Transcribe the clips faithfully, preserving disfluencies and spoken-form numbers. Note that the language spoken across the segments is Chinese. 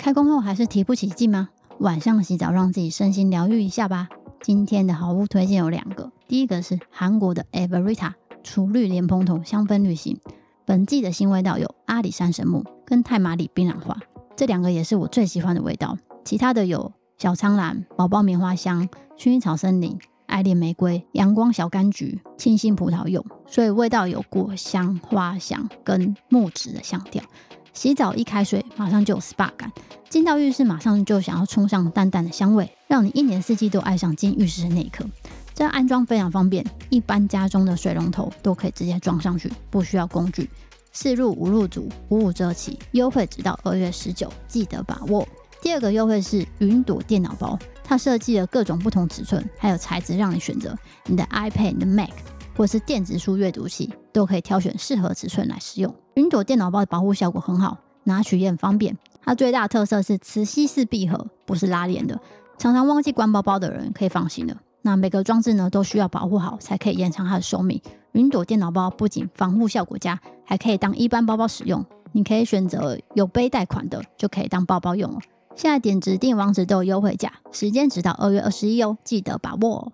开工后还是提不起劲吗？晚上洗澡让自己身心疗愈一下吧。今天的好物推荐有两个，第一个是韩国的 Everita 楚绿莲蓬头香氛滤芯，本季的新味道有阿里山神木跟太麻里槟榔花，这两个也是我最喜欢的味道。其他的有小苍兰、宝宝棉花香、薰衣草森林、爱恋玫瑰、阳光小柑橘、清新葡萄柚，所以味道有果香、花香跟木质的香调。洗澡一开水马上就有 S P A 感，进到浴室马上就想要冲上淡淡的香味，让你一年四季都爱上进浴室的那一刻。这安装非常方便，一般家中的水龙头都可以直接装上去，不需要工具。四入五入组，五五折起，优惠直到二月十九，记得把握。第二个优惠是云朵电脑包，它设计了各种不同尺寸还有材质让你选择，你的 iPad、你的 Mac 或是电子书阅读器都可以挑选适合尺寸来使用。云朵电脑包的保护效果很好，拿取也很方便。它最大的特色是磁吸式闭合，不是拉链的，常常忘记关包包的人可以放心了。那每个装置呢都需要保护好，才可以延长它的寿命。云朵电脑包不仅防护效果佳，还可以当一般包包使用。你可以选择有背带款的，就可以当包包用了。现在点指定网址都有优惠价，时间直到二月二十一哦，记得把握哦。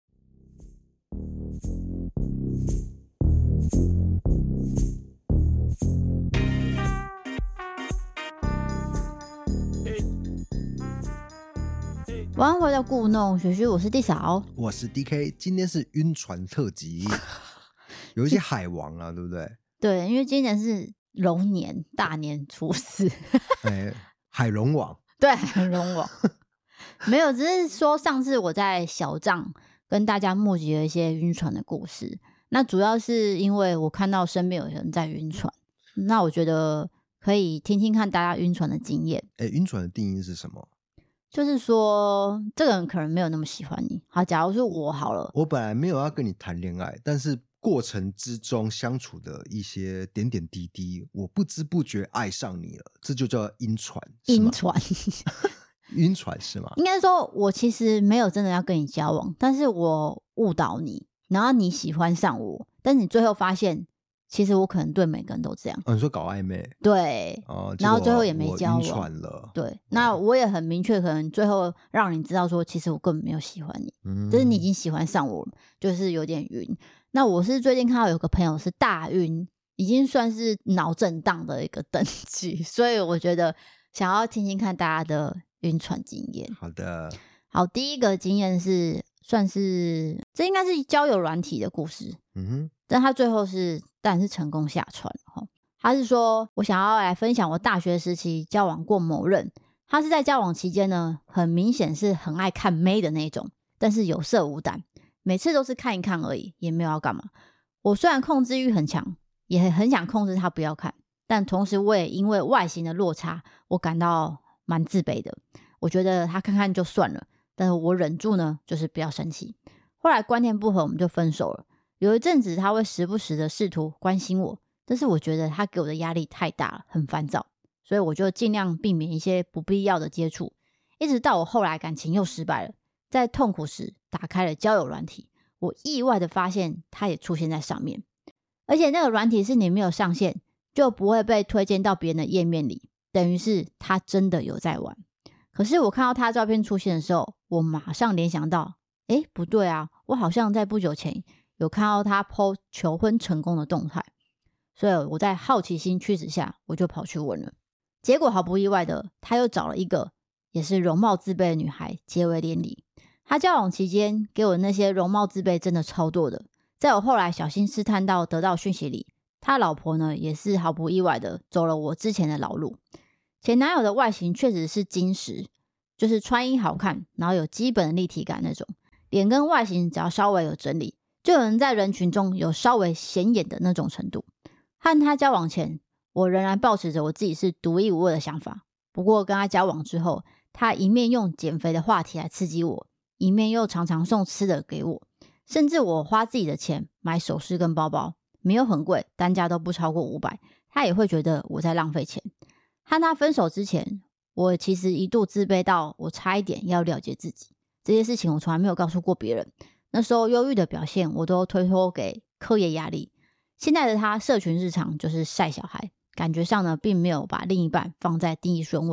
晚上回到故弄学学，我是地嫂， 我是 D K， 今天是晕船特辑，有一些海王啊，对不对？ 对，因为今年是龙年大年初四， 哎，海龙王， 对，海龙王没有，只是说上次我在小账跟大家募集了一些晕船的故事，那主要是因为我看到身边有人在晕船，那我觉得可以听听看大家晕船的经验。 哎，晕船的定义是什么？ 就是说这个人可能没有那么喜欢你，好，假如是我好了， 我本来没有要跟你谈恋爱，但是过程之中相处的一些点点滴滴，我不知不觉爱上你了，这就叫晕船， 晕船晕船是吗？ 应该说我其实没有真的要跟你交往，但是我误导你，然后你喜欢上我，但是你最后发现其实我可能对每个人都这样。 哦，你说搞暧昧， 对， 哦， 然后最后也没交往， 晕船了。 对，那我也很明确，可能最后让你知道说，其实我根本没有喜欢你， 嗯， 就是你已经喜欢上我了，就是有点晕。那我是最近看到有个朋友是大晕，已经算是脑震荡的一个等级，所以我觉得想要听听看大家的晕船经验。 好的， 好，第一个经验是算是这应该是交友软体的故事， 嗯哼， 但他最后是当然是成功下船哈。他是说我想要来分享我大学时期交往过某人，他是在交往期间呢，很明显是很爱看妹的那种，但是有色无胆，每次都是看一看而已，也没有要干嘛。我虽然控制欲很强，也很想控制他不要看，但同时我也因为外形的落差，我感到蛮自卑的。我觉得他看看就算了，但是我忍住呢，就是不要生气。后来观念不合，我们就分手了。有一阵子他会时不时的试图关心我，但是我觉得他给我的压力太大了，很烦躁，所以我就尽量避免一些不必要的接触。一直到我后来感情又失败了，在痛苦时打开了交友软体，我意外的发现他也出现在上面，而且那个软体是你没有上线就不会被推荐到别人的页面里，等于是他真的有在玩。可是我看到他照片出现的时候，我马上联想到，诶，不对啊，我好像在不久前有看到他 po 求婚成功的动态，所以我在好奇心驱使下，我就跑去问了。结果毫不意外的，他又找了一个也是容貌自卑的女孩结为连理。他交往期间给我那些容貌自卑真的超多的，在我后来小心试探到得到讯息里，他老婆呢也是毫不意外的走了我之前的老路。前男友的外形确实是精实，就是穿衣好看，然后有基本的立体感那种，脸跟外形只要稍微有整理，就能在人群中有稍微显眼的那种程度。和他交往前，我仍然抱持着我自己是独一无二的想法，不过跟他交往之后，他一面用减肥的话题来刺激我，一面又常常送吃的给我，甚至我花自己的钱买首饰跟包包，没有很贵，单价都不超过五百，他也会觉得我在浪费钱。和他分手之前，我其实一度自卑到我差一点要了结自己，这些事情我从来没有告诉过别人。那时候忧郁的表现我都推脱给课业压力。现在的他社群日常就是晒小孩，感觉上呢并没有把另一半放在第一顺位，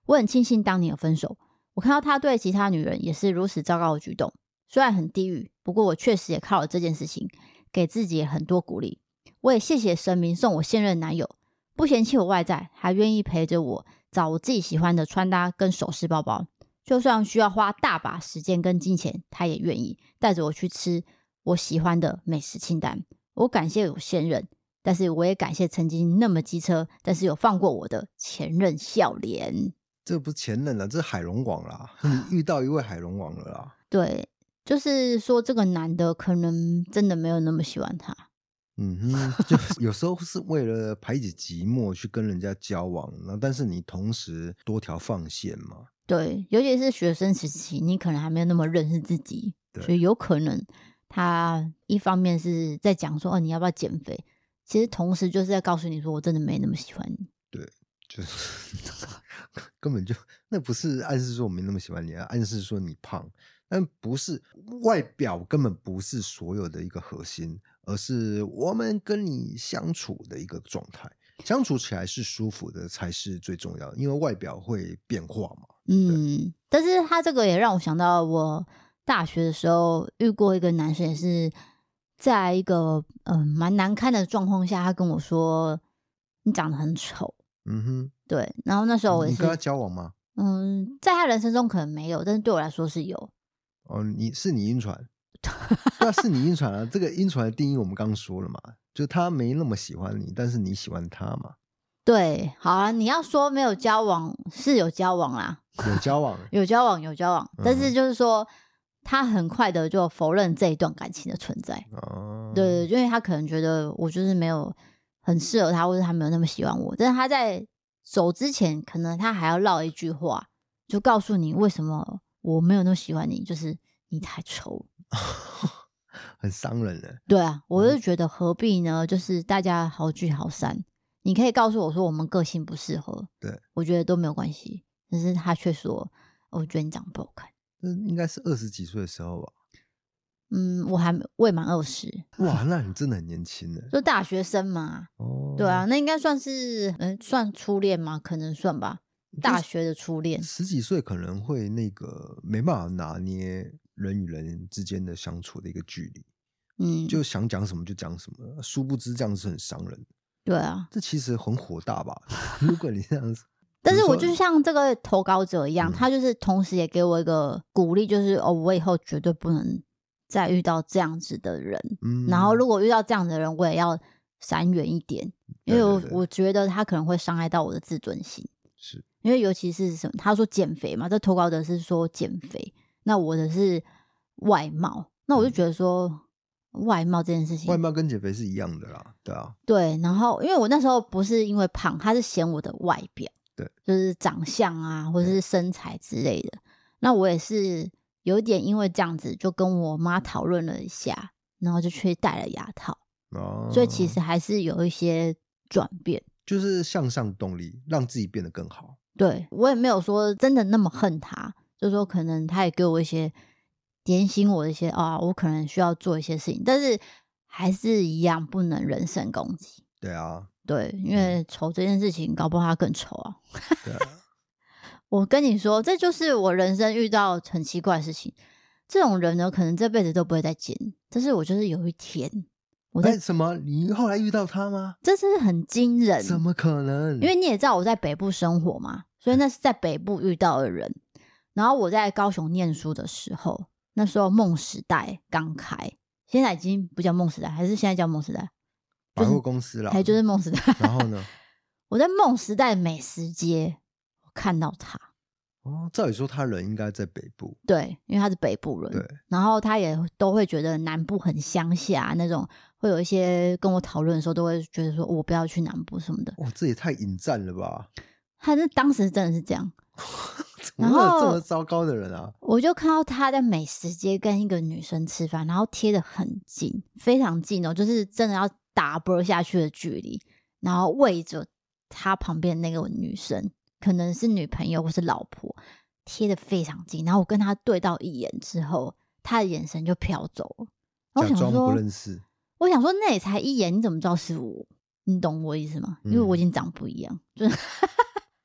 我很庆幸当年有分手，我看到他对其他女人也是如此糟糕的举动，虽然很地狱，不过我确实也靠了这件事情给自己很多鼓励。我也谢谢神明送我现任男友，不嫌弃我外在，还愿意陪着我找我自己喜欢的穿搭跟首饰包包，就算需要花大把时间跟金钱，他也愿意带着我去吃我喜欢的美食清单。我感谢我现任，但是我也感谢曾经那么机车但是有放过我的前任笑脸。 这不是前任了，这是海龙王啦，你遇到一位海龙王了啦。 对，就是说这个男的可能真的没有那么喜欢他。 嗯哼，就有时候是为了排解寂寞去跟人家交往，但是你同时多条放线嘛。 对，尤其是学生时期，你可能还没有那么认识自己，所以有可能他一方面是在讲说哦你要不要减肥，其实同时就是在告诉你说我真的没那么喜欢你。 对，就是根本就那不是暗示说我没那么喜欢你啊，暗示说你胖，但不是外表根本不是所有的一个核心，而是我们跟你相处的一个状态，相处起来是舒服的才是最重要的，因为外表会变化嘛。 嗯，但是他这个也让我想到我大学的时候遇过一个男生，也是在一个嗯蛮难堪的状况下，他跟我说你长得很丑。 嗯哼， 对，然后那时候我也是， 你跟他交往吗？ 嗯，在他人生中可能没有，但是对我来说是有。 哦，你是你晕船，对啊，是你晕船啊。这个晕船的定义我们刚刚说了嘛，就他没那么喜欢你，但是你喜欢他嘛。 对，好啊，你要说没有交往是有交往啦， 有交往， 有交往，有交往， 嗯、 但是就是说他很快的就否认这一段感情的存在。 哦， 对，因为他可能觉得我就是没有很适合他，或者他没有那么喜欢我，但是他在走之前，可能他还要唠一句话，就告诉你为什么我没有那么喜欢你，就是你太丑了。 很伤人的。 对啊，我就觉得何必呢？就是大家好聚好散，你可以告诉我说我们个性不适合， 对， 我觉得都没有关系。但是他却说，我觉得你长得不好看。 这应该是二十几岁的时候吧？ 嗯，我还未满二十。 哇，那你真的很年轻呢。 就大学生嘛。 哦， 对啊，那应该算是嗯，算初恋吗？可能算吧，大学的初恋。 十几岁可能会那个没办法拿捏人与人之间的相处的一个距离， 嗯， 就想讲什么就讲什么，殊不知这样是很伤人。 对啊， 这其实很火大吧？如果你这样子， 但是我就像这个投稿者一样， 嗯他就是同时也给我一个鼓励，就是哦，我以后绝对不能再遇到这样子的人。 嗯， 然后如果遇到这样的人，我也要闪远一点，因为我对对对我觉得他可能会伤害到我的自尊心。 是因为尤其是什么，他说减肥嘛，这投稿者是说减肥，那我的是外貌，那我就觉得说、嗯、外貌这件事情， 外貌跟减肥是一样的啦，对啊， 对。然后因为我那时候不是因为胖，他是嫌我的外表， 对， 就是长相啊，或者是身材之类的。那我也是有一点因为这样子，就跟我妈讨论了一下，然后就去戴了牙套， 哦， 所以其实还是有一些转变， 就是向上动力，让自己变得更好。 对，我也没有说真的那么恨他，就是说可能他也给我一些点醒我的一些啊，我可能需要做一些事情，但是还是一样不能人身攻击。 对啊， 对，因为丑这件事情，搞不好他更丑啊。 对啊， 我跟你说，这就是我人生遇到很奇怪的事情。这种人呢，可能这辈子都不会再见。但是我就是有一天，我在、 哎，什么？你后来遇到他吗？ 这是很惊人， 怎么可能？ 因为你也知道我在北部生活嘛，所以那是在北部遇到的人。然后我在高雄念书的时候，那时候梦时代刚开，现在已经不叫梦时代，还是现在叫梦时代？ 百货公司啦， 还就是梦时代。 然后呢？ 我在梦时代美食街，我看到他。 哦，照理说他人应该在北部， 对，因为他是北部人， 对， 然后他也都会觉得南部很乡下那种，会有一些跟我讨论的时候，都会觉得说我不要去南部什么的。 哇，这也太引战了吧！ 他是当时真的是这样， 怎么会有这么糟糕的人啊？ 我就看到他在美食街跟一个女生吃饭，然后贴得很近，非常近哦，就是真的要打啵下去的距离，然后喂着他旁边那个女生，可能是女朋友或是老婆，贴得非常近。然后我跟他对到一眼之后，他的眼神就飘走了。我假装想说不认识， 我想说那也才一眼，你怎么知道是我？你懂我意思吗？因为我已经长不一样，就是。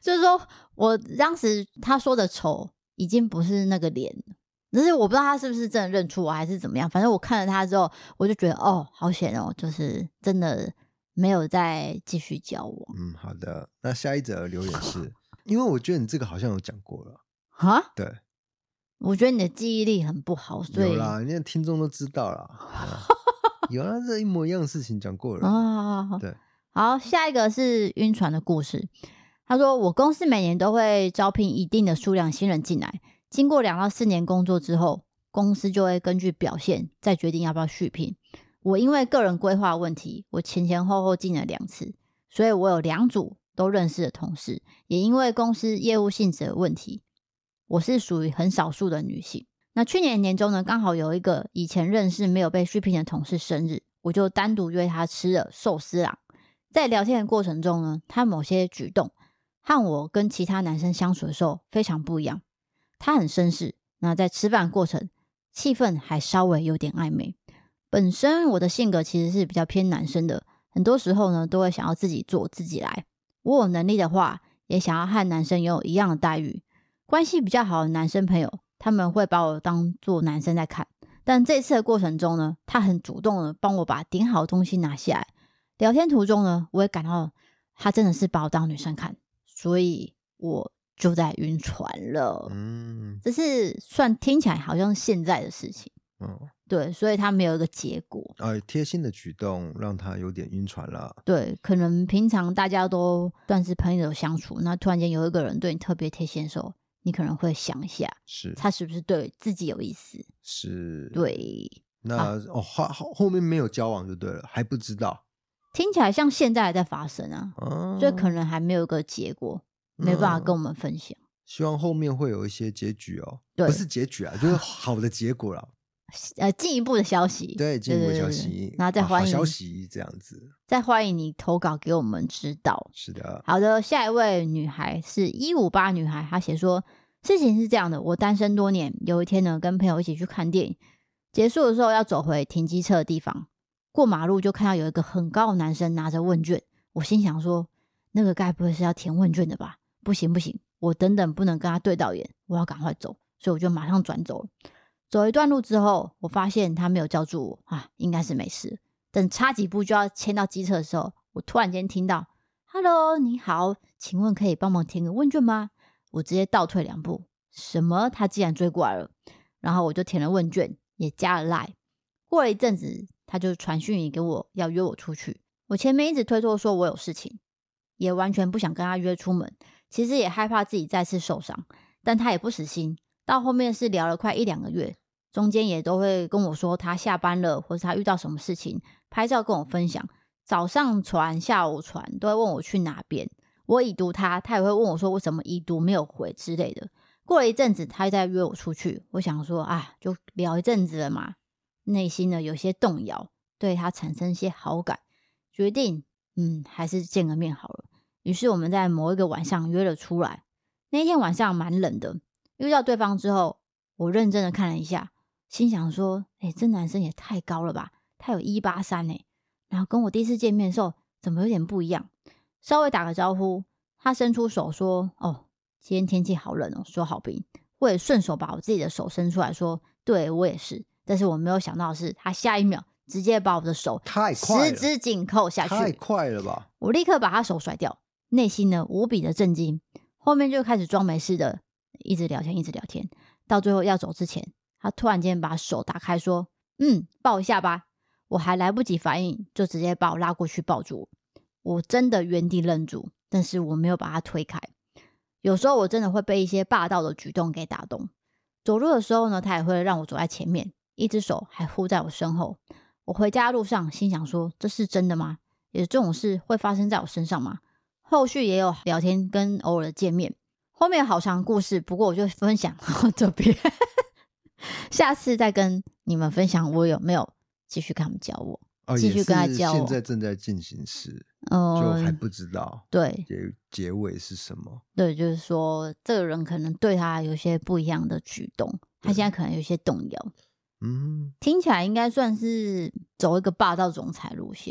就是说我当时他说的丑已经不是那个脸了，只是我不知道他是不是真的认出我还是怎么样，反正我看了他之后我就觉得哦好险哦，就是真的没有再继续交往。 嗯，好的。那下一则留言是，因为我觉得你这个好像有讲过了。 哈， 对， 我觉得你的记忆力很不好，所以有啦，那听众都知道啦。啊有啊，这一模一样的事情讲过了。 啊， 对， 好，下一个是晕船的故事。他说，我公司每年都会招聘一定的数量新人进来，经过两到四年工作之后，公司就会根据表现再决定要不要续聘。我因为个人规划问题，我前前后后进了两次，所以我有两组都认识的同事，也因为公司业务性质的问题，我是属于很少数的女性。那去年年中呢，刚好有一个以前认识没有被续聘的同事生日，我就单独约他吃了寿司郎。在聊天的过程中呢，他某些举动和我跟其他男生相处的时候非常不一样。他很绅士，那在吃饭过程气氛还稍微有点暧昧。本身我的性格其实是比较偏男生的，很多时候呢都会想要自己做自己来。我有能力的话，也想要和男生拥有一样的待遇。关系比较好的男生朋友，他们会把我当做男生在看。但这次的过程中呢，他很主动的帮我把点好的东西拿下来。聊天途中呢，我也感到他真的是把我当女生看，所以我就在晕船了。 嗯， 这是算听起来好像是现在的事情， 哦， 对，所以他没有一个结果。 哎，贴心的举动让他有点晕船了。 对，可能平常大家都算是朋友相处，那突然间有一个人对你特别贴心的时候，你可能会想一下， 是他是不是对自己有意思？ 是， 对， 那哦后后后面没有交往就对了，还不知道。 听起来像现在还在发生啊，所以可哦， 能还没有一个结果，没办法跟我们分享。 希望后面会有一些结局哦， 对不是结局啊，就是好的结果啦。 呃，进一步的消息， 对，进一步的消对对对息， 然后再啊好欢迎， 消息这样子。 再欢迎你投稿给我们知道。 是的， 好的，下一位女孩是一五八女孩，她写说事情是这样的，我单身多年，有一天呢跟朋友一起去看电影，结束的时候要走回停机车的地方，过马路就看到有一个很高的男生拿着问卷，我心想说那个该不会是要填问卷的吧？不行不行，我等等不能跟他对到眼，我要赶快走，所以我就马上转走了。走一段路之后，我发现他没有叫住我啊，应该是没事。等差几步就要牵到机车的时候，我突然间听到 “Hello， 你好，请问可以帮忙填个问卷吗？”我直接倒退两步，什么？他竟然追过来了！然后我就填了问卷，也加了 Line。过了一阵子，他就传讯息给我，要约我出去。我前面一直推脱说我有事情，也完全不想跟他约出门。其实也害怕自己再次受伤，但他也不死心。到后面是聊了快一两个月，中间也都会跟我说他下班了，或是他遇到什么事情，拍照跟我分享。早上传，下午传，都会问我去哪边。我已读他，他也会问我说为什么已读没有回之类的。过了一阵子，他又在约我出去。我想说啊，就聊一阵子了嘛，内心呢有些动摇，对他产生一些好感，决定嗯还是见个面好了。于是我们在某一个晚上约了出来。那天晚上蛮冷的，遇到对方之后，我认真的看了一下，心想说：“哎、欸，这男生也太高了吧？他有一八三哎，然后跟我第一次见面的时候怎么有点不一样？”稍微打个招呼，他伸出手说：“哦，今天天气好冷哦。”说好冰，我也顺手把我自己的手伸出来说：“对我也是。”但是我没有想到的是，他下一秒直接把我的手太快了， 十指紧扣下去， 太快了吧！ 我立刻把他手甩掉，内心呢无比的震惊。后面就开始装没事的，一直聊天，一直聊天，到最后要走之前，他突然间把手打开说：“嗯，抱一下吧。”我还来不及反应，就直接把我拉过去抱住我。我真的原地愣住，但是我没有把他推开。有时候我真的会被一些霸道的举动给打动。走路的时候呢，他也会让我走在前面，一只手还护在我身后。我回家的路上心想说：“这是真的吗？也这种事会发生在我身上吗？”后续也有聊天跟偶尔的见面，后面有好长的故事，不过我就分享到这边，下次再跟你们分享我有没有继续跟他们交往， 哦， 继续跟他也是交往。 现在正在进行时， 嗯、 就还不知道对结结尾是什么。 对，就是说这个人可能对他有些不一样的举动，他现在可能有些动摇。 嗯， 听起来应该算是走一个霸道总裁路线。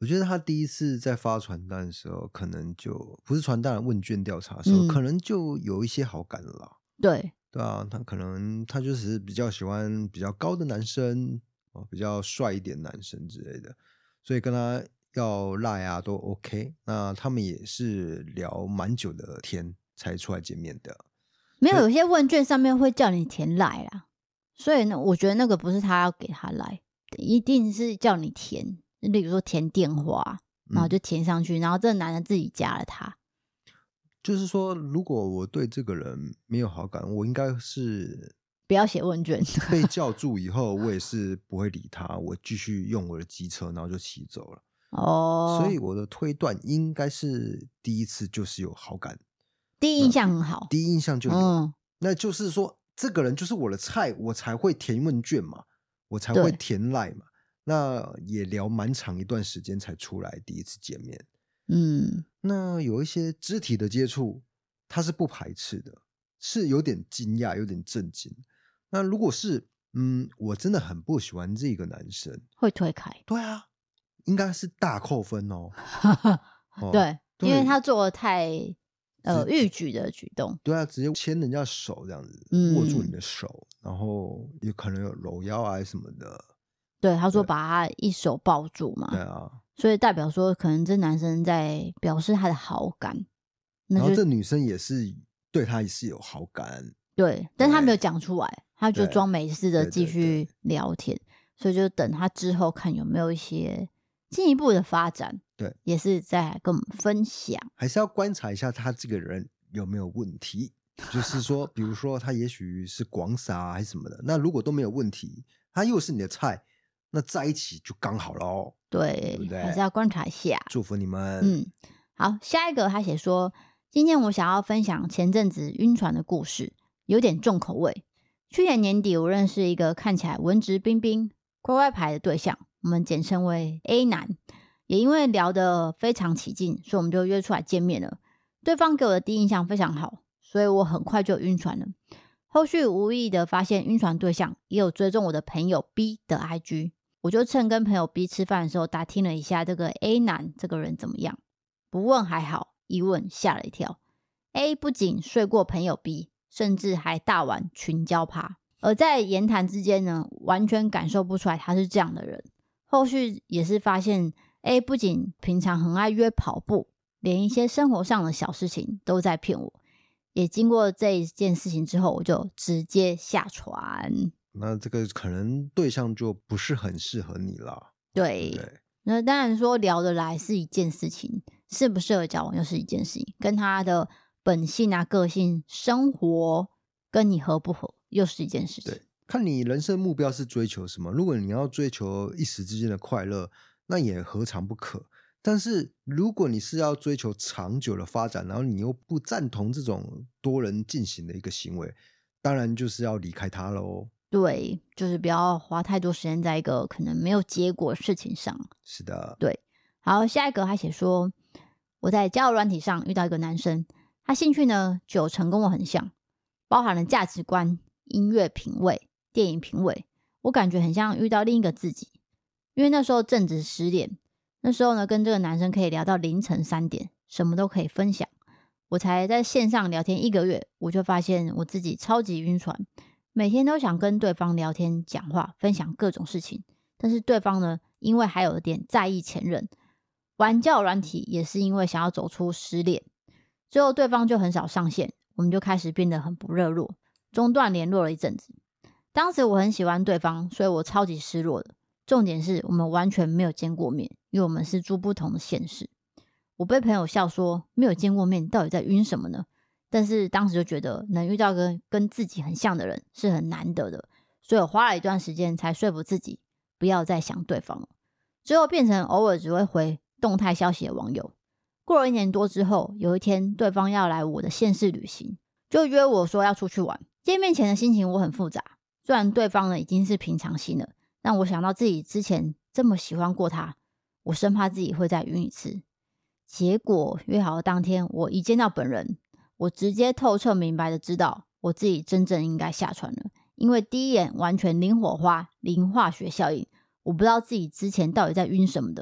我觉得他第一次在发传单的时候，可能就不是传单问卷调查的时候， 嗯， 可能就有一些好感了啦。 对， 对啊，他可能他就只是比较喜欢比较高的男生哦，比较帅一点男生之类的，所以跟他要赖啊都 OK。那他们也是聊蛮久的天才出来见面的。 没有，有些问卷上面会叫你填赖啦，所以呢，我觉得那个不是他要给他赖，一定是叫你填，例如说填电话，然后就填上去，然后这个男的自己加了他。 就是说，如果我对这个人没有好感，我应该是不要写问卷。 被叫住以后，我也是不会理他，我继续用我的机车，然后就骑走了。所以哦， 我的推断应该是第一次就是有好感， 第一印象很好。 第一印象就有， 嗯， 那就是说这个人就是我的菜，我才会填问卷嘛，我才会对， 填赖嘛。那也聊蛮长一段时间才出来第一次见面。 嗯， 那有一些肢体的接触，他是不排斥的，是有点惊讶，有点震惊。那如果是，嗯，我真的很不喜欢这个男生， 会推开。 对啊，应该是大扣分哦。哦， 对，因为对， 他做的太呃逾矩的举动。 对啊，直接牵人家手这样子，握住你嗯， 的手，然后有可能有搂腰啊什么的。 对，他说对把他一手抱住嘛， 对啊， 所以代表说可能这男生在表示他的好感，那就然后这女生也是对他也是有好感。 对，但他没有对讲出来，他就对装没事的对对继续对聊天，所以就等他之后看有没有一些进一步的发展， 对， 也是在跟我们分享。 还是要观察一下他这个人有没有问题。就是说，比如说他也许是广撒啊还是什么的，那如果都没有问题，他又是你的菜，那在一起就刚好了哦，对不对，还是对？ 要观察一下。 祝福你们。 嗯，好，下一个他写说，今天我想要分享前阵子晕船的故事，有点重口味。去年年底，我认识一个看起来文质彬彬、乖乖牌的对象，我们简称为 A 男。也因为聊得非常起劲，所以我们就约出来见面了。对方给我的第一印象非常好，所以我很快就晕船了。后续无意的发现晕船对象也有追踪我的朋友 B 的 I G，我就趁跟朋友 B 吃饭的时候打听了一下这个 A 男这个人怎么样。不问还好，一问吓了一跳。A 不仅睡过朋友 B， 甚至还大玩群交趴。而在言谈之间呢，完全感受不出来他是这样的人。后续也是发现 A 不仅平常很爱约跑步，连一些生活上的小事情都在骗我。也经过这一件事情之后，我就直接下船。 那这个可能对象就不是很适合你啦，对不对， 对？ 那当然说聊得来是一件事情，适不适合交往又是一件事情，跟他的本性啊、个性、生活跟你合不合又是一件事情。 对，看你人生目标是追求什么。如果你要追求一时之间的快乐，那也何尝不可。但是如果你是要追求长久的发展，然后你又不赞同这种多人进行的一个行为，当然就是要离开他喽。 对，就是不要花太多时间在一个可能没有结果的事情上。 是的， 对，好，下一个他写说，我在交友软体上遇到一个男生，他兴趣呢九成跟我很像，包含了价值观、音乐品味、电影品味，我感觉很像遇到另一个自己。因为那时候正值失恋，那时候呢跟这个男生可以聊到凌晨三点，什么都可以分享。我才在线上聊天一个月，我就发现我自己超级晕船，每天都想跟对方聊天、讲话、分享各种事情。但是对方呢，因为还有点在意前任，玩交友软体也是因为想要走出失恋。最后对方就很少上线，我们就开始变得很不热络，中断联络了一阵子。当时我很喜欢对方，所以我超级失落的。重点是我们完全没有见过面，因为我们是住不同的县市。我被朋友笑说没有见过面，到底在晕什么呢？但是当时就觉得能遇到个跟自己很像的人是很难得的，所以我花了一段时间才说服自己不要再想对方了。最后变成偶尔只会回动态消息的网友。过了一年多之后，有一天对方要来我的县市旅行，就约我说要出去玩。见面前的心情我很复杂，虽然对方呢已经是平常心了，但我想到自己之前这么喜欢过他，我生怕自己会再晕一次。结果约好的当天，我一见到本人，我直接透彻明白的知道我自己真正应该下船了，因为第一眼完全零火花、零化学效应，我不知道自己之前到底在晕什么的，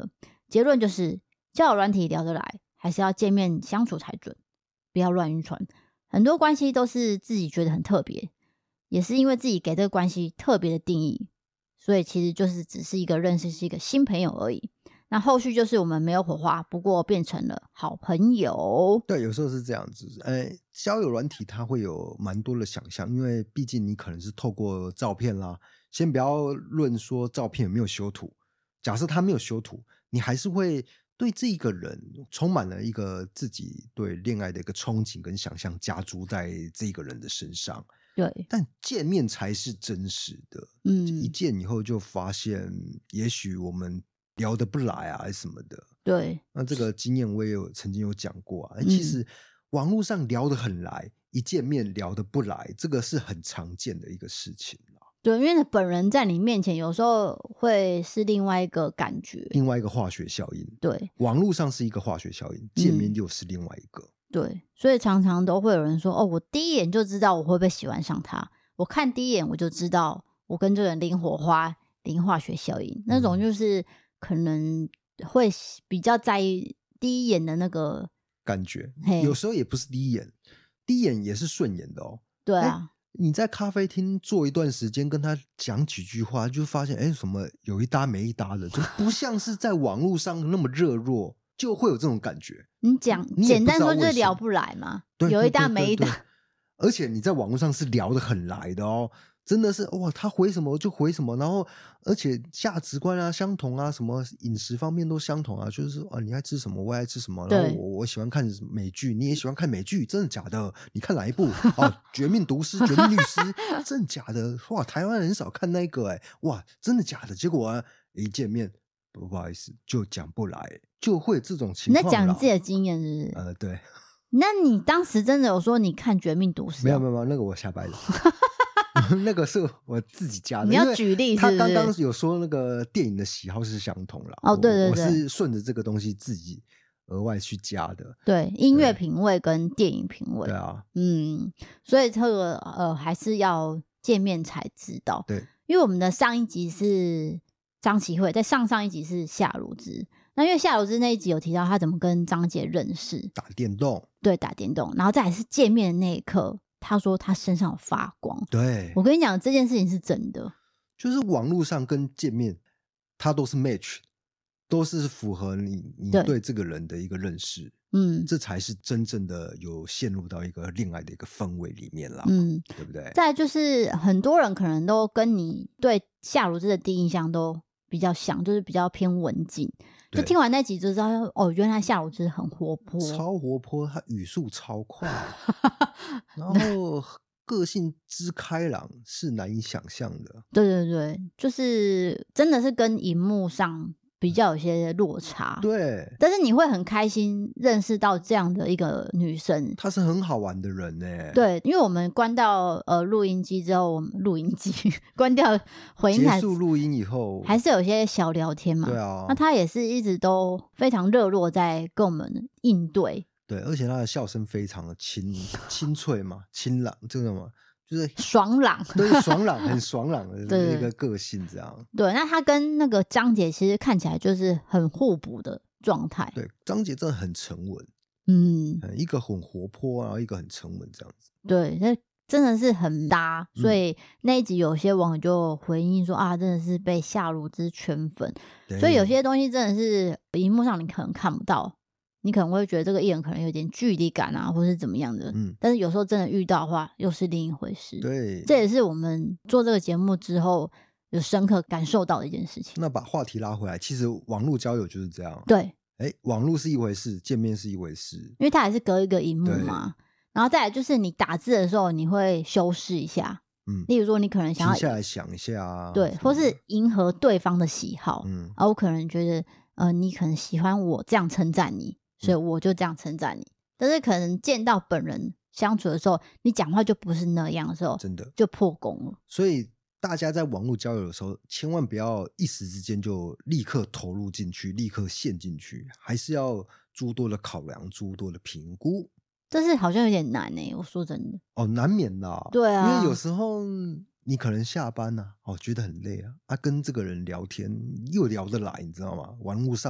结论就是交友软体聊得来，还是要见面相处才准，不要乱晕船。很多关系都是自己觉得很特别，也是因为自己给这个关系特别的定义，所以其实就是只是一个认识是一个新朋友而已。那后续就是我们没有火花，不过变成了好朋友。 对，有时候是这样子。呃，交友软体它会有蛮多的想象，因为毕竟你可能是透过照片啦，先不要论说照片有没有修图，假设他没有修图，你还是会对这个人充满了一个自己对恋爱的一个憧憬跟想象，加诸在这个人的身上。 对， 但见面才是真实的。 嗯， 一见以后就发现，也许我们聊得不来啊，还是什么的。 对， 那这个经验我也有曾经有讲过啊。 嗯其实网络上聊得很来，一见面聊得不来，这个是很常见的一个事情啦。 对，因为本人在你面前有时候会是另外一个感觉。 另外一个化学效应， 对， 网络上是一个化学效应，见面又是另外一个。 对，所以常常都会有人说：“哦，我第一眼就知道我会不会喜欢上他，我看第一眼我就知道我跟这个人零火花、零化学效应。”那种就是可能会比较在意第一眼的那个感觉， 嘿有时候也不是第一眼，第一眼也是顺眼的哦。诶对啊， 你在咖啡厅坐一段时间，跟他讲几句话，就发现，哎，什么有一搭没一搭的，就不像是在网络上那么热络，就会有这种感觉。 你讲你也不知道简单说就是为什么聊不来嘛， 对， 有一搭对对对对没一搭。 而且你在网络上是聊得很来的哦，真的是哇，他回什么就回什么，然后而且价值观啊相同啊，什么饮食方面都相同啊，就是啊，你爱吃什么，我也爱吃什么，然后对我我喜欢看美剧，你也喜欢看美剧，真的假的？你看哪一部？哦，《绝命毒师》《绝命律师》，真的假的？哇，台湾人很少看那个哎、哇，真的假的？结果啊，一见面不不好意思就讲不来，就会这种情你在况啦。 讲你自己的经验是不是？ 呃，对， 那你当时真的有说你看《绝命毒师》哦？ 没有没有没有，那个我瞎掰的。那个是我自己加的， 你因为要举例是不是他刚刚有说那个电影的喜好是相同啦。 哦对对我我对是顺着这个东西自己额外去加的。 对，音乐对品味跟电影品味对，啊， 嗯，所以这个呃还是要见面才知道。 对， 因为我们的上一集是张启慧，在上上一集是夏如芝。那因为夏如芝那一集有提到他怎么跟张杰认识， 打电动， 对，打电动，然后再来是见面的那一刻，他说他身上有发光。 对我，跟你讲，这件事情是真的。 就是网络上跟见面，它都是 match，都是符合你你对对这个人的一个认识， 嗯这才是真正的有陷入到一个恋爱的一个氛围里面啦， 嗯， 对不对？ 再来就是很多人可能都跟你对夏如芝的第一印象都比较像，就是比较偏文静。就对听完那集就知道，哦，原来夏如芝很活泼， 超活泼，他语速超快，然后个性之开朗是难以想象的。 对对对，就是真的是跟荧幕上比较有些落差。 对， 但是你会很开心认识到这样的一个女生。 他是很好玩的人呢。， 对，因为我们关掉呃录音机之后，我们录音机关掉回音结台束录音以后， 还是有些小聊天嘛。 对啊那他也是一直都非常热络在跟我们应对。 对，而且他的笑声非常的清清脆嘛，清朗，这种嘛，就是爽朗。 对爽朗，很爽朗的对一个个性，这样。 对，那他跟那个张杰其实看起来就是很互补的状态。 对，张杰真的很沉稳， 嗯， 嗯一个很活泼，然后一个很沉稳，这样子。 对，那真的是很搭， 嗯所以那一集有些网友就回应说啊，真的是被夏如芝圈粉。 对所以有些东西真的是荧幕上你可能看不到，你可能会觉得这个艺人可能有点距离感啊，或是怎么样的。 嗯， 但是有时候真的遇到的话，又是另一回事。 对， 这也是我们做这个节目之后有深刻感受到的一件事情。 那把话题拉回来，其实网络交友就是这样。 对， 哎，网络是一回事，见面是一回事。 因为它还是隔一个荧幕嘛。然后再来就是你打字的时候，你会修饰一下， 嗯， 例如说你可能想要停下来想一下啊， 对，或是迎合对方的喜好。 嗯， 而我可能觉得，呃，你可能喜欢我这样称赞你，所以我就这样称赞你。但是可能见到本人相处的时候，你讲话就不是那样的时候， 真的就破功了。 所以大家在网络交友的时候，千万不要一时之间就立刻投入进去，立刻陷进去，还是要诸多的考量，诸多的评估。 但是好像有点难诶、我说真的。 哦，难免啦。 对啊， 因为有时候你可能下班呐、啊，哦，觉得很累啊，啊，跟这个人聊天又聊得来，你知道吗？网络上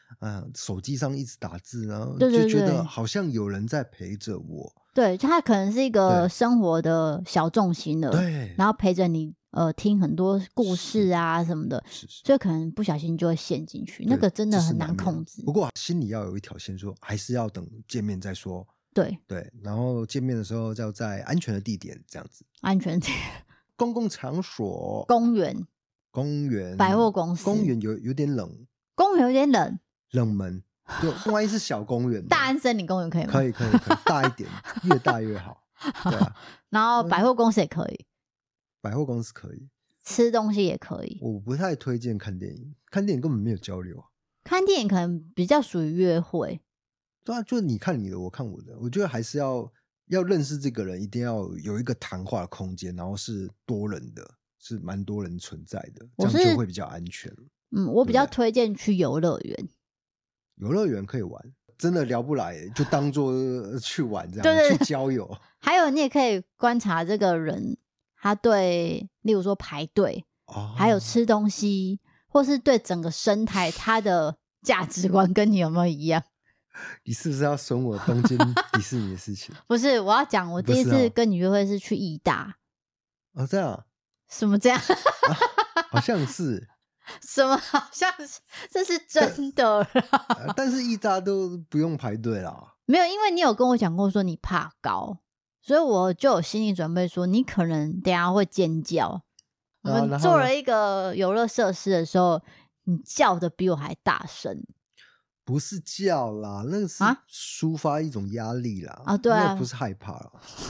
呃，手机上一直打字，然后对对就觉得对好像有人在陪着我。 对，就它可能是一个对生活的小重心了， 对， 然后陪着你呃听很多故是事啊什么的， 是是， 所以可能不小心就会陷进去，那对， 个真这的很难是难免的。 控制。 不过心里要有一条线说，还是要等见面再说。 对， 对，然后见面的时候要在安全的地点这样子， 安全点， 公共场所、 公园、 公园、 百货公司， 公园有有点冷， 公园有点冷， 冷门。就万一是小公园呢， 大安森林公园可以吗？ 可以可以可以，大一点，越大越好。对啊， 然后百货公司也可以， 百货公司可以， 吃东西也可以。 我不太推荐看电影，看电影根本没有交流啊。 看电影可能比较属于约会， 对啊，就是你看你的，我看我的，我觉得还是要要认识这个人，一定要有一个谈话的空间，然后是多人的，是蛮多人存在的，这我样就是会比较安全。 嗯，我比较对不对推荐去游乐园。 游乐园可以玩，真的聊不来，就当做去玩这样， 对对对去郊游。 还有，你也可以观察这个人，他对，例如说排队， 哦， 还有吃东西，或是对整个生态，他的价值观跟你有没有一样？ 你是不是要损我东京迪士尼的事情？ 不是，我要讲，我第一不是哦次跟你约会是去义大， 哦，这样啊， 什么这样？ 啊好像是， 什么好像是这是真的啦？ 呃但是一扎都不用排队啦。 没有，因为你有跟我讲过说你怕高，所以我就有心理准备说你可能等一下会尖叫。我然后然后呢们做了一个游乐设施的时候，你叫的比我还大声。 不是叫啦，那个是啊抒发一种压力啦。 啊对啊那不是害怕啦。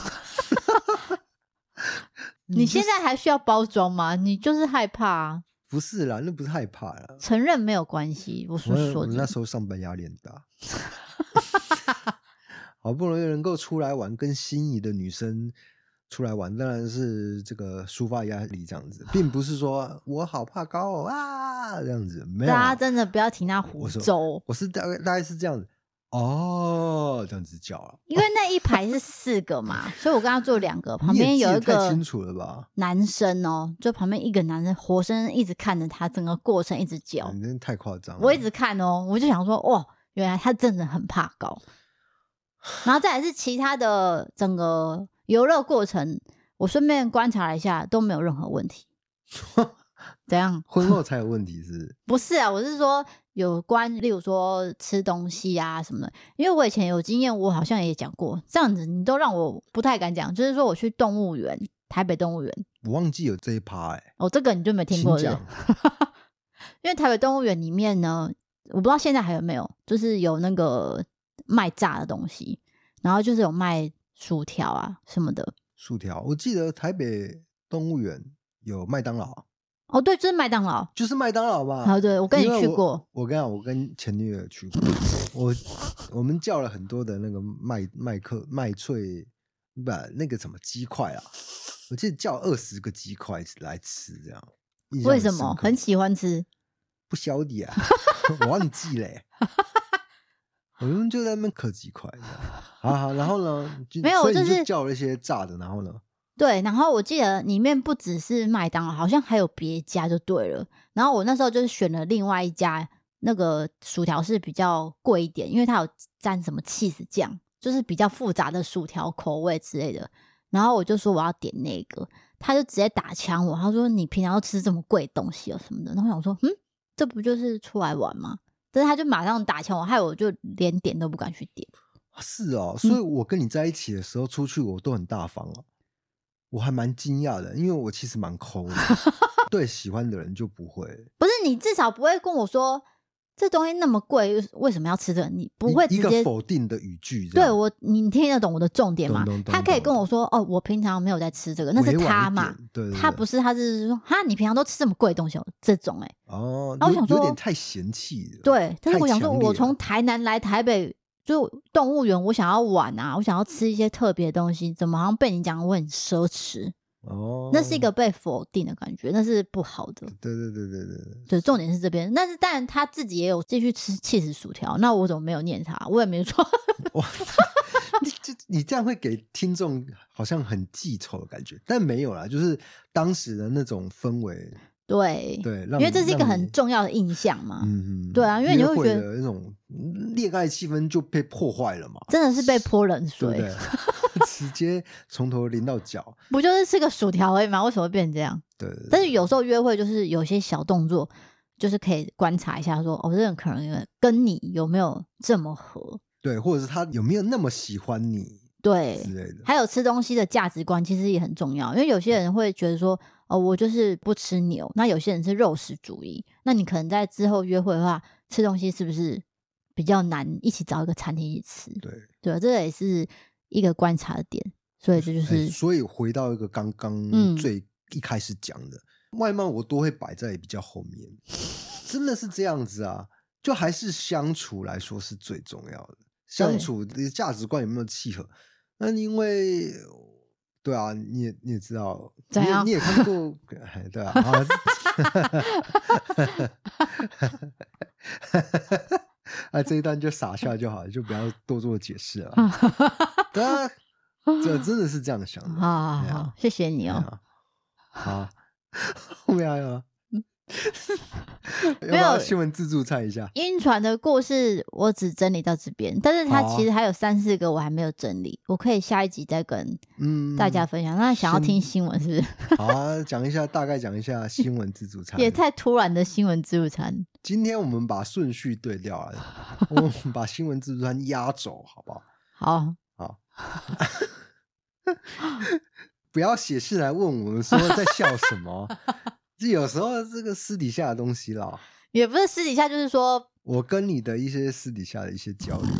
你就现在还需要包装吗？你就是害怕啊， 不是啦，那不是害怕啦。 承认没有关系。我说我说真的， 我那时候上班压力很大，好不容易能够出来玩，跟心仪的女生出来玩，当然是这个抒发压力这样子，并不是说我好怕高哦啊这样子，没有啦。 大家真的不要听他胡我说诌， 我是大概大概是这样子哦，这样子叫啊。 因为那一排是四个嘛，所以我跟他坐两个，旁你也边有一记得太个清楚了吧？ 男生哦，就旁边一个男生活生生一直看着他整个过程一直叫， 你真的太夸张了。 我一直看哦，我就想说，哇，原来他真的很怕高。然后再来是其他的整个游乐过程，我顺便观察了一下，都没有任何问题。怎样？ 婚后才有问题是不是？ 不是啊，我是说有关，例如说吃东西啊什么的。因为我以前有经验，我好像也讲过，这样子你都让我不太敢讲。就是说我去动物园，台北动物园， 我忘记有这一趴哎、欸， 哦，这个你就没听过了。 请讲。 因为台北动物园里面呢，我不知道现在还有没有，就是有那个卖炸的东西，然后就是有卖薯条啊什么的。 薯条，我记得台北动物园有麦当劳， 哦，对，就是麦当劳。 就是麦当劳吧？ 啊，对，我跟你因为去过。 我。我跟你讲，我跟前女友去过，我我们叫了很多的那个麦麦克麦脆，不那个什么鸡块啊，我记得叫二十个鸡块来吃，这样。印象为什么深刻很喜欢吃？ 不晓得啊，我忘记嘞、欸。我们就在那边嗑鸡块，好好，然后呢？就没有所以就是你就叫了一些炸的，然后呢？ 对，然后我记得里面不只是麦当劳，好像还有别家就对了。然后我那时候就是选了另外一家，那个薯条是比较贵一点，因为它有沾什么 cheese 酱，就是比较复杂的薯条口味之类的。然后我就说我要点那个，他就直接打枪我，他说你平常都吃这么贵的东西哦什么的。然后我想说，嗯，这不就是出来玩吗？但是他就马上打枪我，害我就连点都不敢去点。 是哦，所以我跟你在一起的时候出去，我都很大方哦。我还蛮惊讶的，因为我其实蛮抠的，对喜欢的人就不会。 不是你至少不会跟我说这东西那么贵，为什么要吃这个？你不会直一接个否定的语句这样， 对我，你听得懂我的重点吗？ 懂懂懂他可以跟懂我说哦，我平常没有在吃这个，那是委婉一他嘛点，对对对， 他不是，他是说哈，你平常都吃这么贵的东西哦，这种哎、 哦， 然后我想说有有点太嫌弃了， 对，但是我想说， 太强烈了我从台南来台北，就动物园，我想要玩啊，我想要吃一些特别的东西，怎么好像被你讲我很奢侈？ 哦， 那是一个被否定的感觉，那是不好的。 对对对对对， 对，重点是这边。但是当然他自己也有继续吃起司薯条，那我怎么没有念他？我也没说。 哇，你这你这样会给听众好像很记仇的感觉，但没有啦，就是当时的那种氛围。 对对， 因为这是一个很你重要的印象嘛。 嗯， 对啊，因为你会觉得的那种恋爱气氛就被破坏了嘛， 真的是被泼冷水， 对不对？直接从头淋到脚， 不就是吃个薯条而已吗？为什么会变成这样？ 对对对， 但是有时候约会就是有些小动作，就是可以观察一下说，哦，这个人可能跟你有没有这么合， 对，或者是他有没有那么喜欢你， 对之类的。 还有吃东西的价值观其实也很重要，因为有些人会觉得说，哦，我就是不吃牛，那有些人是肉食主义，那你可能在之后约会的话，吃东西是不是比较难一起找一个餐厅一起吃？ 对对啊，这也是一个观察的点，所以这就哎是、 所以回到一个刚刚嗯最一开始讲的，外貌我都会摆在比较后面，真的是这样子啊，就还是相处来说是最重要的，相处的价值观有没有契合？那因为对啊，你也你也知道， 怎样你也你也看过，哎，对啊，啊啊，这一段就傻笑就好了，就不要多做解释了。对啊，这真的是这样想的。 好好好， 哎呀谢谢你哦。 哎呀好，后面还有吗？要不没有要新闻自助餐一下？ 晕船的故事我只整理到这边，但是它好啊其实还有三四个我还没有整理，我可以下一集再跟嗯， 大家分享。那想要先听新闻是不是？ 好啊，讲一下，大概讲一下新闻自助餐。 也太突然的新闻自助餐。 今天我们把顺序对调了，我们把新闻自助餐压轴，好不好？ 好， 好，不要写信来问我们说在笑什么，这有时候这个私底下的东西啦， 也不是私底下，就是说， 我跟你的一些私底下的一些交流。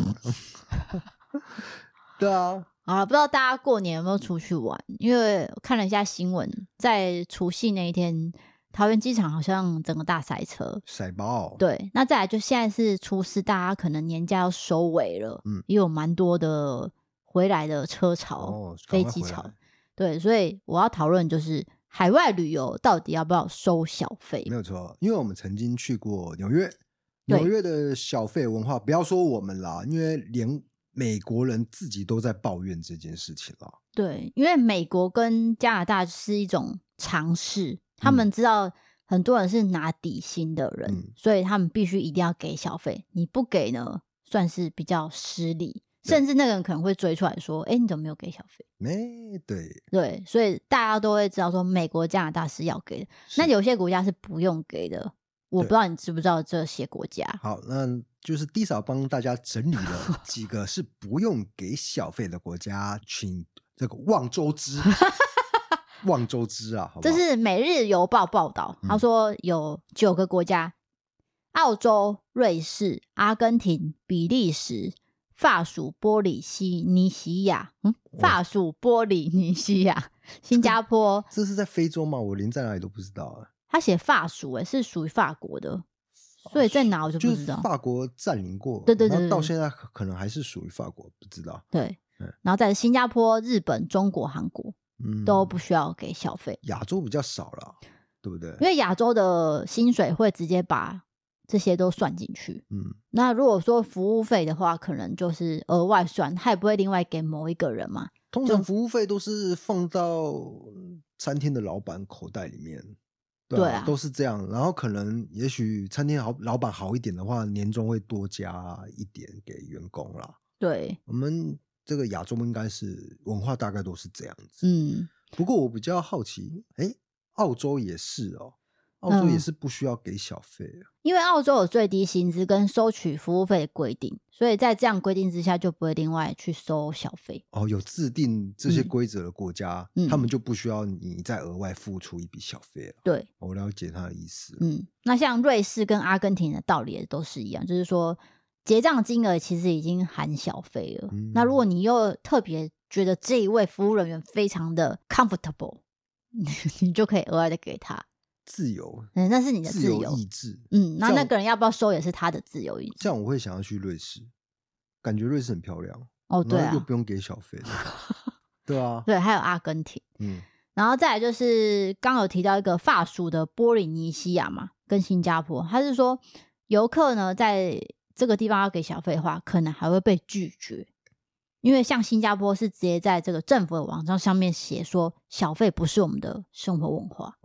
对啊， 好了，不知道大家过年有没有出去玩？因为我看了一下新闻，在除夕那一天，桃园机场好像整个大塞车。 甩包， 对，那再来就现在是初四，大家可能年假要收尾了， 嗯也有蛮多的回来的车潮、 哦，赶飞机潮快回来， 对，所以我要讨论就是海外旅游到底要不要收小费没？有错，因为我们曾经去过纽约， 对纽约的小费文化，不要说我们啦，因为连美国人自己都在抱怨这件事情啦。 对，因为美国跟加拿大是一种尝试，他嗯们知道很多人是拿底薪的人， 嗯所以他们必须一定要给小费，你不给呢，算是比较失礼， 对甚至那个人可能会追出来说：“哎，你怎么没有给小费？” 没对， 对，所以大家都会知道说，美国、加拿大是要给的，那是有些国家是不用给的。我不对知道你知不知道这些国家？ 好，那就是低嫂帮大家整理了几个是不用给小费的国家，请这个望周知，望周知啊，好不好？ 这是《每日邮报》报道， 嗯他说有九个国家：澳洲、瑞士、阿根廷、比利时、法属波利西尼西亚，嗯，法属波利尼西亚、新加坡。 这是在非洲吗？我连在哪里都不知道啊。 他写法属，诶，是属于法国的，所以在哪我就不就是知道。 法国占领过， 对对对对对然后到现在可可能还是属于法国，不知道。 对嗯， 然后在新加坡、日本、中国、韩国嗯， 都不需要给小费， 亚洲比较少了，对不对？ 因为亚洲的薪水会直接把这些都算进去。 嗯， 那如果说服务费的话，可能就是额外算，他也不会另外给某一个人嘛。 通常服务费都是放到餐厅的老板口袋里面，对对啊都是这样。然后可能也许餐厅好老板好一点的话，年终会多加一点给员工啦。 对， 我们这个亚洲应该是文化大概都是这样子。 嗯， 不过我比较好奇，哎，澳洲也是哦，澳洲也嗯是不需要给小费啊。 因为澳洲有最低薪资跟收取服务费的规定，所以在这样规定之下，就不会另外去收小费。 哦，有制定这些嗯规则的国家， 嗯他们就不需要你再额外付出一笔小费了。 对， 我了解他的意思。 嗯，那像瑞士跟阿根廷的道理也都是一样，就是说结账金额其实已经含小费了。 嗯那如果你又特别觉得这一位服务人员非常的 comfortable，你就可以额外的给他， 自由， 嗯，那是你的自自由。 意志。 嗯，那这样那个人要不要收也是他的自由意志。 这样我会想要去瑞士，感觉瑞士很漂亮哦，对啊， 然后又不用给小费的对啊， 对，还有阿根廷， 嗯， 然后再来就是刚有提到一个法属的波利尼西亚嘛，跟新加坡，他是说游客呢在这个地方要给小费的话，可能还会被拒绝，因为像新加坡是直接在这个政府的网站上面写说，小费不是我们的生活文化。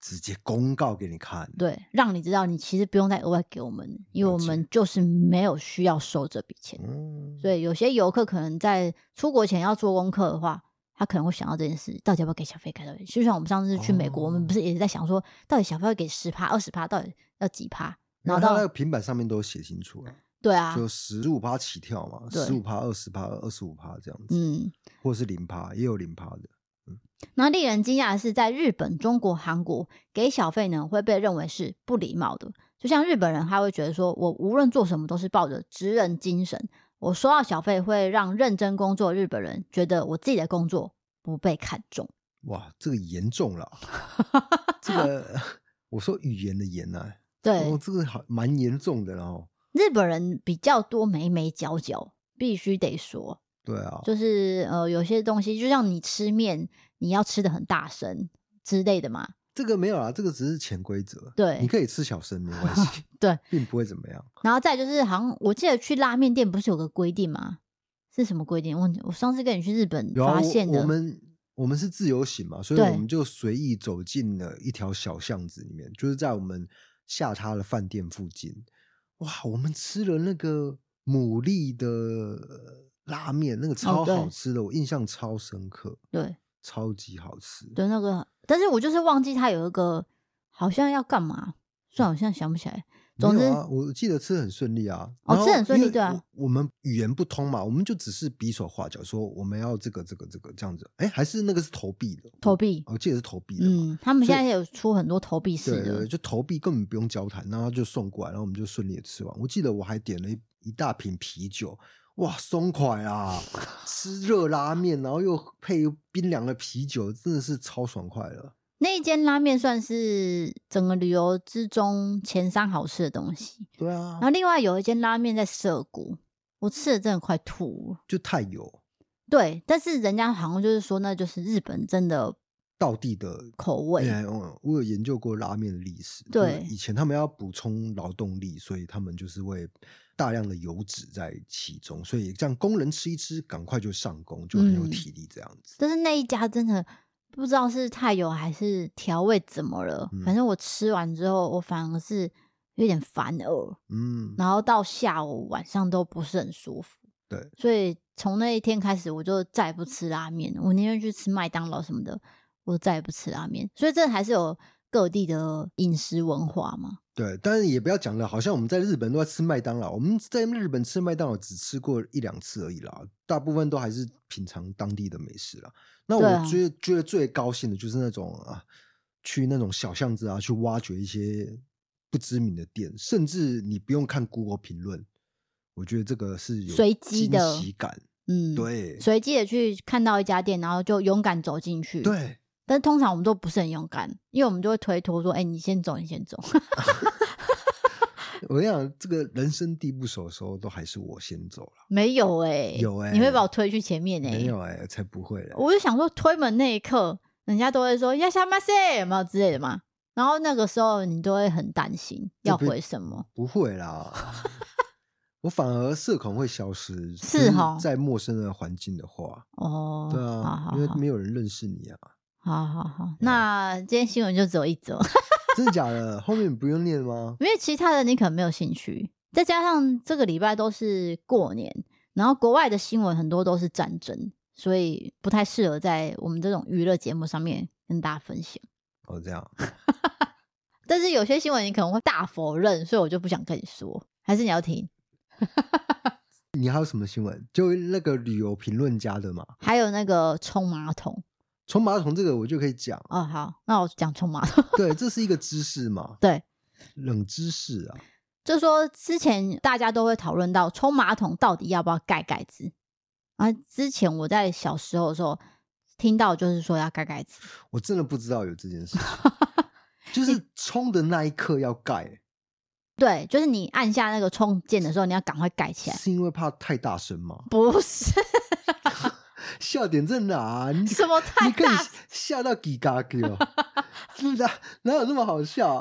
直接公告给你看， 对，让你知道你其实不用再额外给我们，因为我们就是没有需要收这笔钱。 嗯， 所以有些游客可能在出国前要做功课的话，他可能会想到这件事，到底要不要给小费给到底？就像我们上次去美国， 哦我们不是也是在想说，到底小费要给十趴、二十趴，到底要几趴？然后到然后他那个平板上面都写清楚了。 对啊， 就十五趴起跳嘛， 对十五趴、二十趴、二十五趴这样子， 嗯。 或者是零趴，也有零趴的。 那令人惊讶的是，在日本、中国、韩国给小费呢，会被认为是不礼貌的。就像日本人，他会觉得说，我无论做什么都是抱着职人精神，我收到小费会让认真工作的日本人觉得我自己的工作不被看重。 哇，这个严重了，这个我说语言的言呐、啊， 对， 哦，这个好蛮严重的哦。 日本人比较多眉眉角角，必须得说。 对啊， 就是呃，有些东西就像你吃面，你要吃的很大声之类的嘛。 这个没有啦，这个只是潜规则。 对， 你可以吃小声没关系， 对， 并不会怎么样。 然后再就是好像我记得去拉面店不是有个规定吗？是什么规定？我我上次跟你去日本发现的。 我, 我们我们是自由行嘛，所以对我们就随意走进了一条小巷子里面，就是在我们下榻的饭店附近。哇，我们吃了那个牡蛎的拉面，那个超好吃的， 哦、 我印象超深刻。 对， 超级好吃。 对，那个，但是我就是忘记它有一个好像要干嘛，算我现在想不起来。总之， 啊、我记得吃很顺利啊。 哦，吃很顺利，对啊。 我, 我们语言不通嘛，我们就只是比手画脚说我们要这个这个这个这样子。哎，还是那个是投币的， 投币， 我记得是投币的嘛。 嗯，他们现在有出很多投币式的， 对对，就投币根本不用交谈，然后就送过来，然后我们就顺利的吃完。我记得我还点了一一大瓶啤酒。哇，松快啊！吃热拉面，然后又配冰凉的啤酒，真的是超爽快了。 那一间拉面算是整个旅游之中前三好吃的东西。 对啊。 然后另外有一间拉面在涩谷，我吃的真的快吐了， 就太油。 对，但是人家好像就是说，那就是日本真的道地的口味。 嗯，我有研究过拉面的历史。 对， 以前他们要补充劳动力，所以他们就是会大量的油脂在其中，所以这样工人吃一吃，赶快就上工，就很有体力这样子。 嗯、但是那一家真的不知道是太油还是调味怎么了，嗯、反正我吃完之后，我反而是有点烦饿，嗯，然后到下午晚上都不是很舒服。 对， 所以从那一天开始，我就再也不吃拉面了，我宁愿去吃麦当劳什么的。我再也不吃拉面，所以这还是有各地的饮食文化嘛。 对，但是也不要讲了，好像我们在日本都在吃麦当劳，我们在日本吃麦当劳只吃过一两次而已啦，大部分都还是品尝当地的美食啦。那我觉得、啊、觉得最高兴的就是那种啊，去那种小巷子啊，去挖掘一些不知名的店，甚至你不用看 Google 评论，我觉得这个是有随机的惊喜感。 嗯， 对， 随机的去看到一家店，然后就勇敢走进去。 对。 但是通常我们都不是很勇敢，因为我们就会推脱说：“哎、欸，你先走，你先走。” 我跟你讲，这个人生地不熟的时候，都还是我先走了。 没有哎、欸， 有哎、欸， 你会把我推去前面哎、欸， 没有哎、欸，才不会嘞。 我就想说，推门那一刻，人家都会说“要下马塞”有没有之类的嘛？然后那个时候你都会很担心要回什么。 不会啦，我反而社恐会消失， 是哈， 在陌生的环境的话， 哦， 对啊， 好好好， 因为没有人认识你啊。 好好好，那今天新闻就只有一则。 真的假的？后面不用念吗？ 因为其他的你可能没有兴趣，再加上这个礼拜都是过年，然后国外的新闻很多都是战争，所以不太适合在我们这种娱乐节目上面跟大家分享。 哦，这样。 但是有些新闻你可能会大否认，所以我就不想跟你说，还是你要听？ 你还有什么新闻？就那个旅游评论家的嘛？ 还有那个冲马桶。 冲马桶这个我就可以讲哦，好，那我讲冲马桶。 对，这是一个知识嘛？ 对， 冷知识啊。 就说之前大家都会讨论到冲马桶到底要不要盖盖子啊？之前我在小时候的时候听到就是说要盖盖子， 我真的不知道有这件事情，就是冲的那一刻要盖。 对，就是你按下那个冲键的时候，你要赶快盖起来。 是因为怕太大声吗？ 不是。 笑点在哪？你什么太大？ 你可以吓到叽嘎叽哦！是的，哪有那么好笑？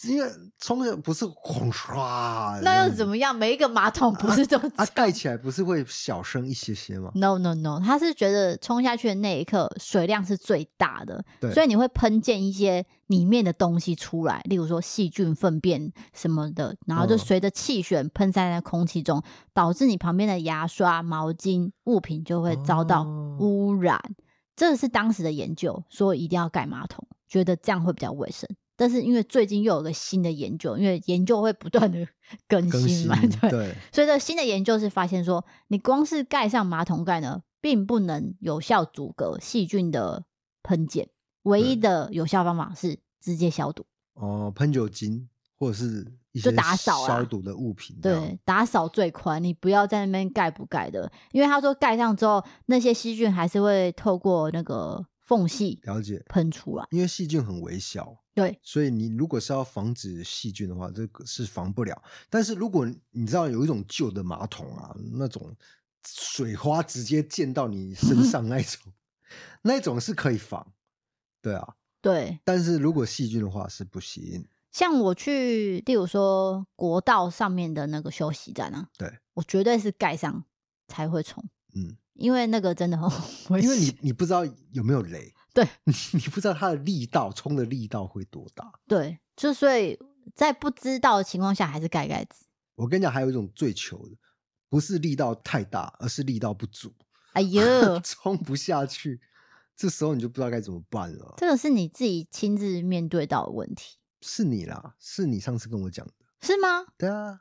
因为冲的不是轰唰， 那又怎么样？每一个马桶不是都这样、 啊？盖起来不是会小声一些些吗 ？No No No， 他是觉得冲下去的那一刻水量是最大的， 对所以你会喷溅一些里面的东西出来，例如说细菌、粪便什么的，然后就随着气旋喷散在空气中，导致你旁边的牙刷、毛巾物品就会遭到污染。哦，这是当时的研究，说一定要盖马桶，觉得这样会比较卫生。但是因为最近又有个新的研究，因为研究会不断的更新嘛， 更新对， 对， 所以这新的研究是发现说，你光是盖上马桶盖呢，并不能有效阻隔细菌的喷溅，唯一的有效方法是直接消毒。 哦，喷酒精或者是一就些打扫啦消毒的物品这样， 对，打扫最快，你不要在那边盖不盖的，因为他说盖上之后，那些细菌还是会透过那个缝隙了解， 喷出来。 因为细菌很微小， 对， 所以你如果是要防止细菌的话，这个是防不了。但是如果你知道有一种旧的马桶啊，那种水花直接溅到你身上那种，那种是可以防，对啊。 对， 但是如果细菌的话是不行。 像我去，例如说国道上面的那个休息站啊， 对， 我绝对是盖上才会冲， 嗯， 因为那个真的很危险。 因为你你不知道有没有雷， 对你你不知道它的力道冲的力道会多大。 对，就所以在不知道的情况下，还是盖盖子。 我跟你讲，还有一种最糗的，不是力道太大，而是力道不足， 哎呦， 冲不下去，这时候你就不知道该怎么办了。 这个是你自己亲自面对到的问题， 是你啦，是你上次跟我讲的。 是吗？ 对啊，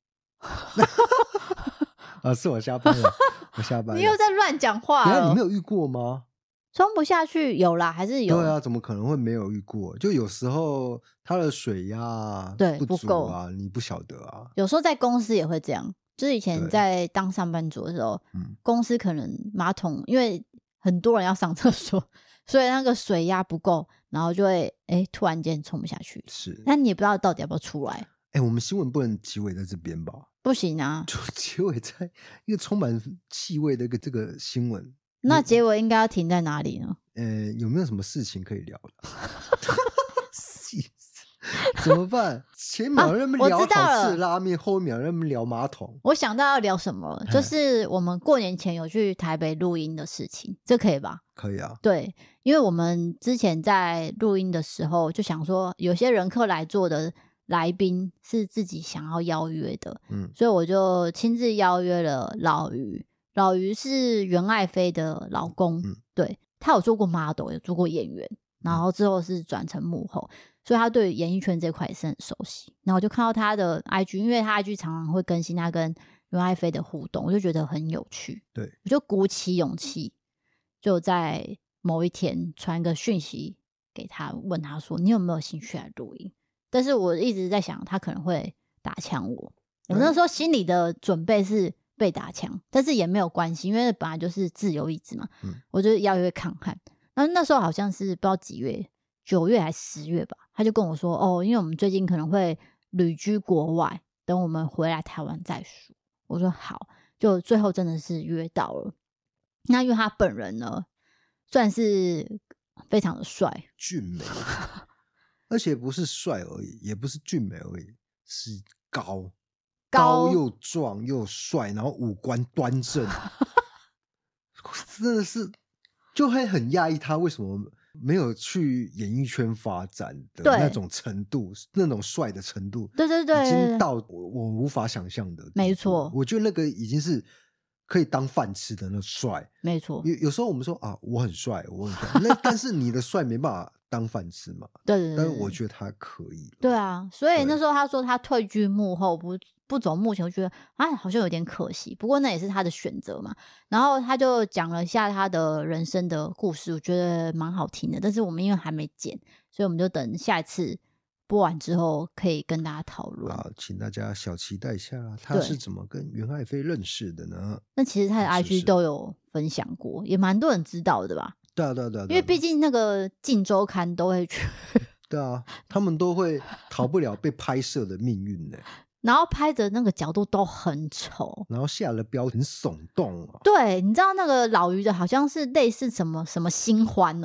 啊，是我瞎掰了，我瞎掰了。 你又在乱讲话原来你了没有遇过吗？ 冲不下去有啦，还是有？ 对啊，怎么可能会没有遇过？就有时候它的水压对不不够足啊，你不晓得啊。 有时候在公司也会这样，就是以前对在当上班族的时候， 嗯公司可能马桶因为很多人要上厕所，所以那个水压不够，然后就会哎突然间冲不下去， 是， 那你也不知道到底要不要出来， 哎，我们新闻不能结尾在这边吧？ 不行啊。 就结尾在一个充满气味的一个这个新闻。 那结尾应该要停在哪里呢？ 呃，有没有什么事情可以聊的？气死怎么办？前秒让他们聊啊我知道好吃了拉面，后一秒让他们聊马桶。 我想到要聊什么了，就是我们过年前有去台北录音的事情，这可以吧？ 可以啊， 对，因为我们之前在录音的时候就想说，有些人客来做的来宾是自己想要邀约的， 嗯， 所以我就亲自邀约了老于。老于是袁爱妃的老公， 嗯对，他有做过 model， 有做过演员，然后之后是转成幕后，所以他对演艺圈这块也是很熟悉。然后我就看到他的 I G， 因为他 I G 常常会更新他跟袁爱妃的互动，我就觉得很有趣。 对， 我就鼓起勇气，就在某一天传一个讯息给他，问他说：“你有没有兴趣来录音？”但是我一直在想，他可能会打枪我。我那时候心里的准备是被打枪，但是也没有关系，因为本来就是自由意志嘛。 嗯、 我就邀约看看。那那时候好像是不知道几月，九月还是十月吧，他就跟我说：“哦，因为我们最近可能会旅居国外，等我们回来台湾再说。”我说好，就最后真的是约到了。那因为他本人呢，算是非常的帅， 俊美，而且不是帅而已，也不是俊美而已，是高。高又壮又帅，然后五官端正，真的是就会很讶异他为什么没有去演艺圈发展的那种程度，那种帅的程度， 对对对， 已经到我我无法想象的。 没错， 我觉得那个已经是可以当饭吃的那帅。 没错， 有有时候我们说啊，我很帅，我很帅，那但是你的帅没办法当饭吃嘛。 对对对， 但是我觉得他可以。 对啊，所以那时候他说他退居幕后，不不走幕前，我觉得啊好像有点可惜。不过那也是他的选择嘛。然后他就讲了一下他的人生的故事，我觉得蛮好听的。但是我们因为还没剪，所以我们就等下一次播完之后可以跟大家讨论。 好，请大家小期待一下，他是怎么跟袁爱妃认识的呢？ 那其实他的 I G 都有分享过，也蛮多人知道的吧？ 对啊，对啊，对啊， 因为毕竟那个《镜周刊》都会去。 对啊，他们都会逃不了被拍摄的命运呢。 然后拍的那个角度都很丑， 然后下了标很耸动啊。 对，你知道那个老于的好像是类似什么什么新欢哦，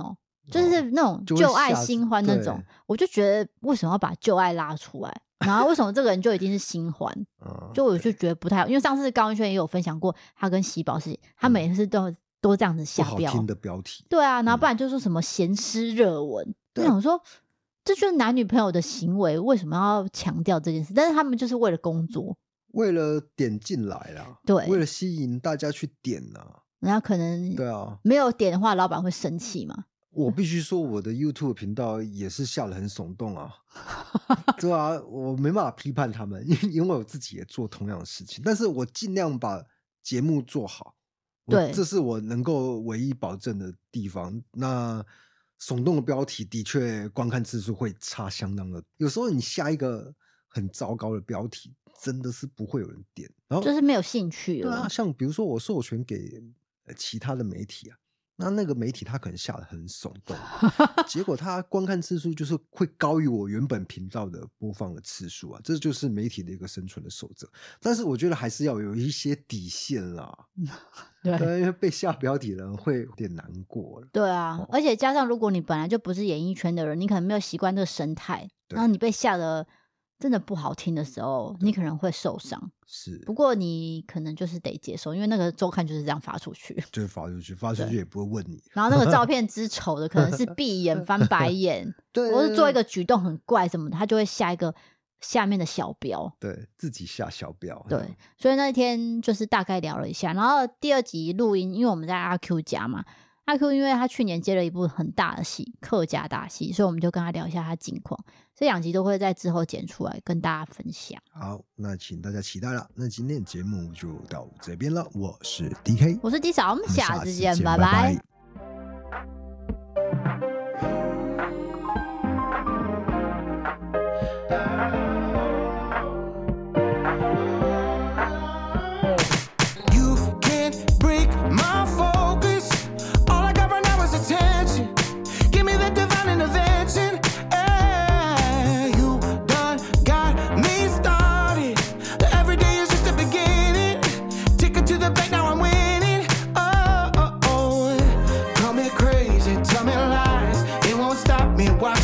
就是那种旧爱新欢那种，我就觉得为什么要把旧爱拉出来？然后为什么这个人就一定是新欢？嗯、就我就觉得不太好，因为上次高文轩也有分享过，他跟喜宝是，他每次都、嗯、都这样子下标， 不好听的标题。 对啊，然后不然就说什么咸湿热文，我、嗯、想说这就是男女朋友的行为，为什么要强调这件事？但是他们就是为了工作， 为了点进来啦， 对， 为了吸引大家去点啊。 人家可能对啊， 没有点的话，老板会生气嘛。 我必须说，我的 YouTube 频道也是下得很耸动啊，对啊，我没办法批判他们，因为我自己也做同样的事情，但是我尽量把节目做好，对，这是我能够唯一保证的地方。那耸动的标题的确观看次数会差相当的，有时候你下一个很糟糕的标题，真的是不会有人点，然后就是没有兴趣了。 对啊，像比如说我授权给其他的媒体啊。那那个媒体他可能下得很耸动，结果他观看次数就是会高于我原本频道的播放的次数啊，这就是媒体的一个生存的守则。但是我觉得还是要有一些底线啦，对，因为被下标题的人会有点难过了。 对啊、哦，而且加上如果你本来就不是演艺圈的人，你可能没有习惯这个生态，然后你被下的真的不好听的时候，你可能会受伤。 是， 不过你可能就是得接受，因为那个周刊就是这样发出去， 就是发出去，发出去也不会问你。 然后那个照片之丑的，可能是闭眼翻白眼， 对， 或是做一个举动很怪什么的，他就会下一个下面的小标， 对自己下小标。 对，所以那一天就是大概聊了一下，然后第二集录音，因为我们在阿 Q 家嘛。阿 Q 因为他去年接了一部很大的戏，客家大戏，所以我们就跟他聊一下他近况。这两集都会在之后剪出来跟大家分享。 好，那请大家期待了。那今天的节目就到这边了，我是 D K， 我是 D 嫂，我们下次见，拜拜。 拜。 Tell me lies, it won't stop me. Why